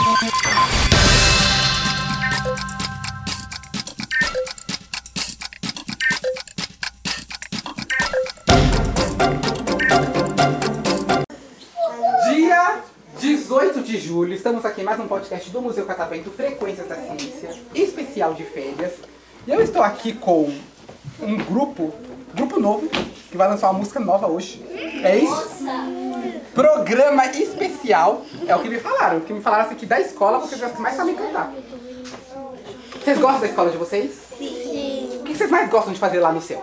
Dia 18 de julho, estamos aqui em mais um podcast do Museu Catavento Frequências da Ciência, especial de férias. E eu estou aqui com um grupo novo, que vai lançar uma música nova hoje. É isso? Programa especial, é o que me falaram. Que me falaram assim, que da escola vocês já mais sabem cantar. Vocês gostam da escola de vocês? Sim. O que vocês mais gostam de fazer lá no céu?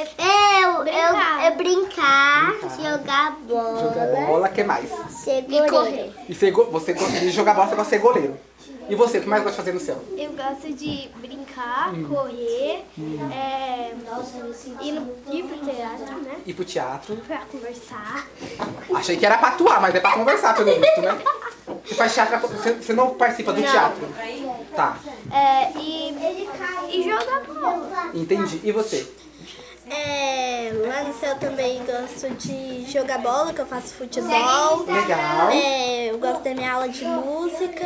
Eu brincar, jogar bola. Jogar bola, o que mais? Ser goleiro. correr. E você gosta de jogar bola, você gosta de ser goleiro. E você, o que mais gosta de fazer no céu? Eu gosto de brincar, correr, ir pro teatro, né? Ir pro teatro. Pra conversar. Achei que era pra atuar, mas é pra conversar pelo visto, né? Você faz teatro, você não participa do teatro? Tá, E jogar bola. entendi. E você? Lá no céu também gosto de jogar bola, que eu faço futebol. Legal. Eu gosto da minha aula de música.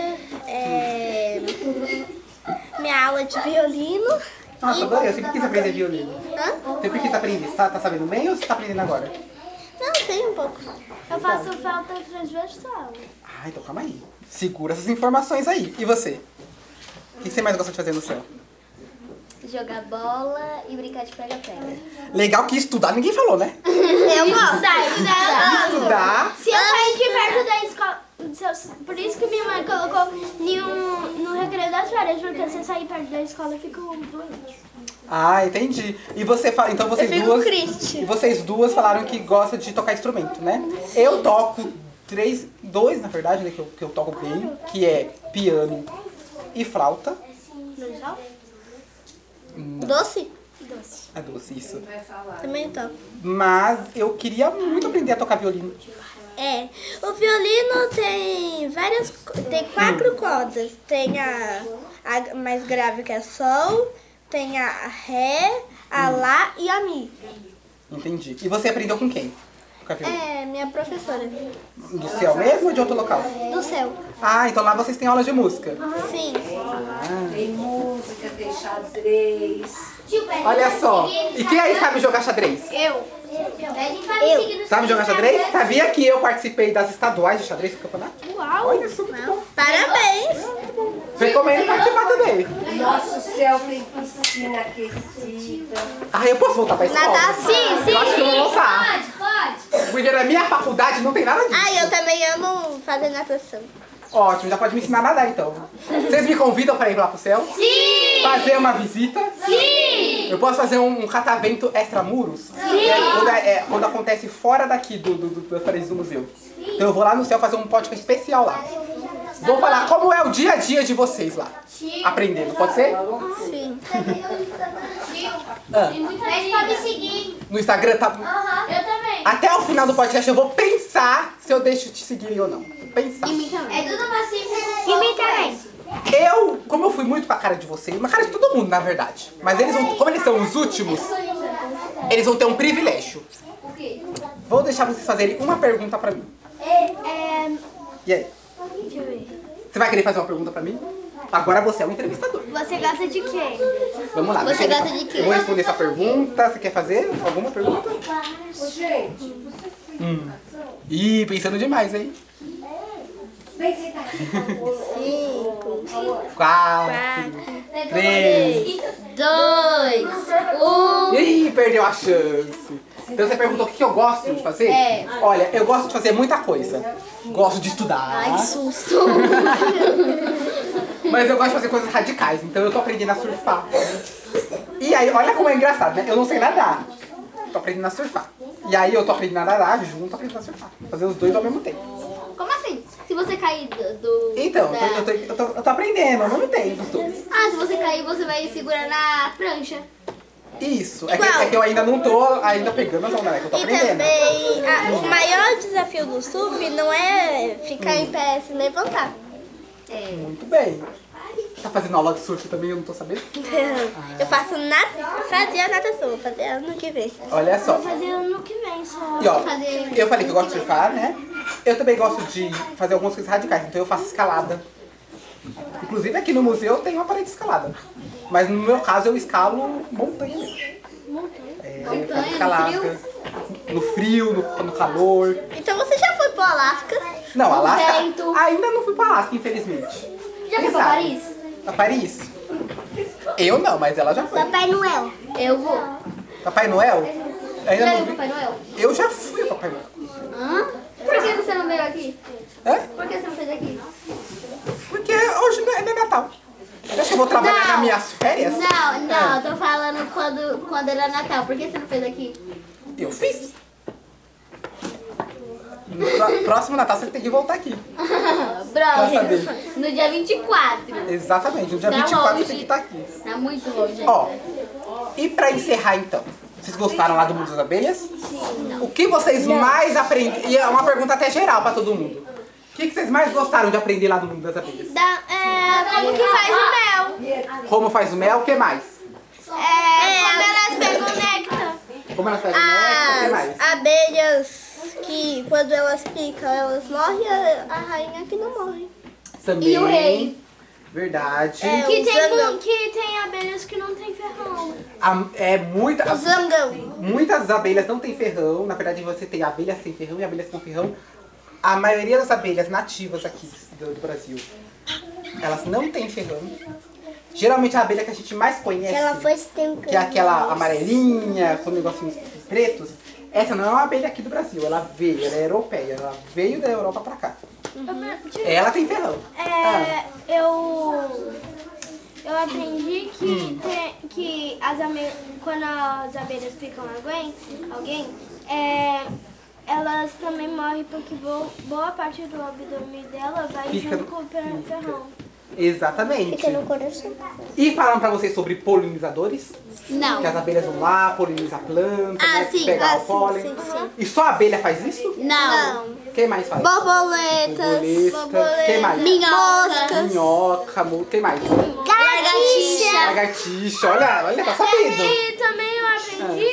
Minha aula de violino. Nossa, adorei. Eu sempre quis aprender violino. Hã? Sempre quis aprender. Tá sabendo bem ou você tá aprendendo agora? Não, sei um pouco. Eu faço flauta transversal. Ah, então calma aí. Segura essas informações aí. E você? O que você mais gosta de fazer no céu? Jogar bola e brincar de pega-pega. Legal que estudar ninguém falou, né? Eu gosto. Estudar. Se eu sair de perto da escola... Por isso que minha mãe colocou no recreio das férias, porque se eu sair perto da escola eu fico doente. Ah, entendi. E você fala, então vocês Eu fico duas. triste. E vocês duas falaram que gostam de tocar instrumento, né? Eu toco dois na verdade, né, que eu toco bem, que é piano e flauta. Doce? É doce, isso. Também toco. Mas eu queria muito aprender a tocar violino. O violino tem 4 cordas. Tem a mais grave que é sol, tem a ré, a lá e a mi. Entendi. E você aprendeu com quem? Tocar violino? Minha professora. Do céu mesmo ou de outro local? Do céu. Ah, então lá vocês têm aula de música. Sim. Tem música, tem xadrez. Olha só. E quem aí sabe jogar xadrez? Eu. Sabe jogar xadrez? Sabia que eu participei das estaduais de xadrez do campeonato? Uau. Olha isso, muito bom. Parabéns. Recomendo participar também. Nosso céu tem piscina aquecida. Ah, eu posso voltar pra escola? Nadar, sim, Eu acho que eu vou voltar. Pode. Porque na minha faculdade não tem nada disso. Eu também amo fazer natação. Ótimo, já pode me ensinar a nadar então. Vocês me convidam para ir lá pro céu? Sim. Fazer uma visita? Sim. Eu posso fazer um catavento extramuros? Sim. Quando acontece fora daqui das paredes do museu. Então eu vou lá no céu fazer um podcast especial lá. Vou falar como é o dia a dia de vocês lá. Aprendendo, pode ser? Sim. Mas pode me seguir. No Instagram tá... Eu também. Até o final do podcast eu vou pensar se eu deixo te seguir ou não. Vou pensar. É tudo pacífico. E mim também. Como eu fui muito com a cara de vocês, uma cara de todo mundo, na verdade. Mas eles vão, como eles são os últimos, eles vão ter um privilégio. Vou deixar vocês fazerem uma pergunta pra mim. E aí? Deixa eu ver. Você vai querer fazer uma pergunta pra mim? Agora você é o entrevistador. Você gosta de quem? Vamos lá. Você deixa eu- gosta de quê? Eu vou responder essa pergunta. Você quer fazer alguma pergunta? Gente, Ih, pensando demais, hein? vem sentar aqui. 5, 4, 3... 2, 1. Ih, perdeu a chance. Então você perguntou o que eu gosto de fazer? Olha, eu gosto de fazer muita coisa. Gosto de estudar. Ai, que susto. Mas eu gosto de fazer coisas radicais, então eu tô aprendendo a surfar. E aí, olha como é engraçado, né? Eu não sei nadar. Tô aprendendo a surfar. E aí eu tô aprendendo a nadar junto, aprendendo a surfar. Fazer os dois ao mesmo tempo. Como assim? Se você cair do... Então, da- eu tô aprendendo ao mesmo tempo os dois. Ah, se você cair, você vai segurar na prancha. Isso. É que eu ainda não tô pegando as ondas, né? Que eu tô E aprendendo. também, o maior desafio do surf não é ficar em pé, é se levantar. Muito bem. Tá fazendo aula de surf também, eu não tô sabendo? Eu fazia natação, vou fazer ano que vem. Olha só. Vou fazer ano que vem só. E ó, Fazer... eu falei que eu gosto de surfar, né? Eu também gosto de fazer algumas coisas radicais. Então eu faço escalada, Inclusive aqui no museu tem uma parede escalada. Mas no meu caso eu escalo montanha mesmo. Montanha? Escalada. No frio, no calor. Então você já foi pro Alasca? Não, No Alasca. vento. Ainda não fui pra Alasca, infelizmente. Já Quem foi pra sabe? Paris? Pra Paris? Eu não, mas ela já foi. Papai Noel. Eu vou. Papai Noel? Ainda Já não viu vi. Papai Noel? Eu já fui a Papai Noel. Hã? Por que você não veio aqui? É? Por que você não fez aqui? Porque hoje não é Natal. Deixa eu vou trabalhar Não. nas minhas férias. Não, tô falando quando era Natal. Por que você não fez aqui? Eu fiz. No próximo Natal você tem que voltar aqui. Pra saber. No dia 24. Exatamente, no dia Tá 24 longe. você tem que estar aqui. Tá muito longe Ó, ainda. e pra encerrar então, vocês gostaram lá do Mundo das Abelhas? Sim. O que vocês mais aprenderam? E é uma pergunta até geral pra todo mundo. O que vocês mais gostaram de aprender lá do Mundo das Abelhas? Como que faz o mel? Como faz o mel, o que mais? Como elas pegam o néctar. Como elas fazem o néctar, o que mais? As abelhas que quando elas picam, elas morrem, a rainha que não morre. Também. E o rei? Verdade. Que tem abelhas que não tem ferrão. O zangão. Muitas abelhas não têm ferrão. Na verdade, você tem abelhas sem ferrão e abelhas com ferrão. A maioria das abelhas nativas aqui do Brasil, elas não têm ferrão. Geralmente a abelha que a gente mais conhece, que é aquela amarelinha, com negocinhos pretos, essa não é uma abelha aqui do Brasil. Ela é europeia. Ela veio da Europa pra cá. Ela tem ferrão. Eu aprendi que quando as abelhas picam alguém, elas também morrem porque boa parte do abdômen dela vai Fica junto com o ferrão. Exatamente. Fica no coração. E falando pra vocês sobre polinizadores, Não. que as abelhas vão lá, polinizar a planta, né, sim, pegar o sim, pólen. sim, sim. E só a abelha faz isso? Não. Quem mais faz? Borboletas. Quem mais? Minhoca. Minhoca, quem mais? Lagartixa. Lagartixa, olha, tá sabendo. E também eu aprendi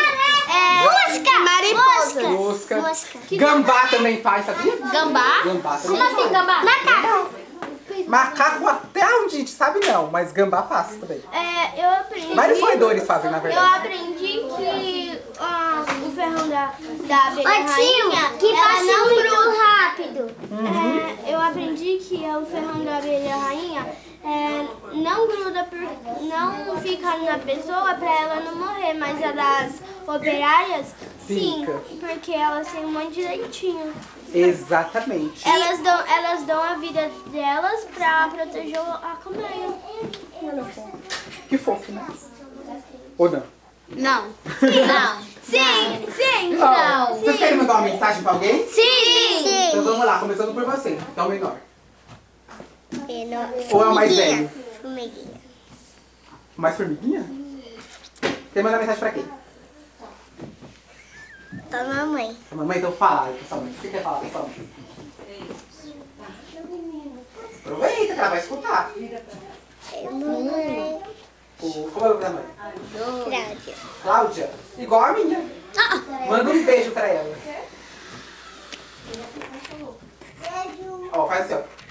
Mariposa. Mosca. Gambá também faz, sabia? Gambá? Gambá também Como assim, gambá? Macaco até onde a gente sabe não, mas gambá faz também. Eu aprendi. Vários roedores fazem, na Eu verdade. aprendi que o ferrão da abelha rainha, que ela passa não muito gruda. rápido. Eu aprendi que o ferrão da abelha rainha não gruda, não fica na pessoa pra ela não morrer, mas as operárias, sim, Fica. porque elas têm um monte de dentinho. Exatamente. Elas dão a vida delas pra proteger a colmeia. Que fofo, né? Ou não? Não. Não. Sim. Ó, vocês querem mandar uma mensagem pra alguém? Sim. Então vamos lá, começando por você, que é o menor. Ou é o mais velho? Formiguinha. Mais formiguinha? Quer mandar mensagem pra quem? Tá, mamãe. Pra mamãe, então fala pra sua mãe. O que você quer falar pra sua mãe? Aproveita que ela vai escutar. Mamãe. Como é o nome da mãe? Cláudia. Cláudia? Igual a minha. Manda um beijo pra ela. Ó, faz assim, ó.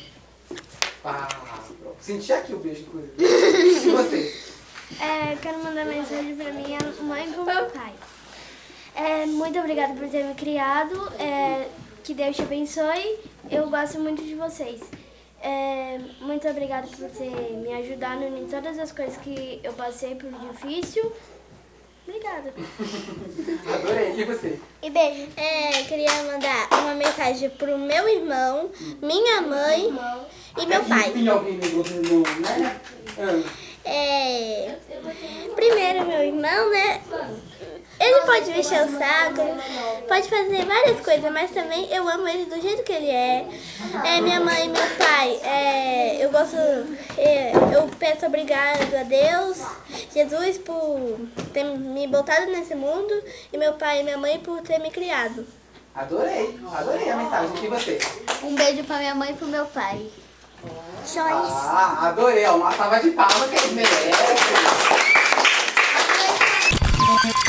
Pronto. Senti aqui o beijo, inclusive. E você? Quero mandar mensagem pra minha mãe e pro meu pai. Muito obrigada por ter me criado. Que Deus te abençoe. Eu gosto muito de vocês. Muito obrigada por ter me ajudado em todas as coisas que eu passei por difícil. Obrigada. Adorei. E você? E beijo. Queria mandar uma mensagem pro meu irmão, minha mãe e meu pai. Enfim, alguém no né? Primeiro, meu irmão, né? Ele pode mexer o saco, pode fazer várias coisas, mas também eu amo ele do jeito que ele é. Minha mãe e meu pai, eu peço obrigado a Deus, Jesus, por ter me botado nesse mundo, e meu pai e minha mãe por ter me criado. Adorei a mensagem. E você? Um beijo pra minha mãe e pro meu pai. Só isso. Adorei. Uma salva de palmas que eles merecem.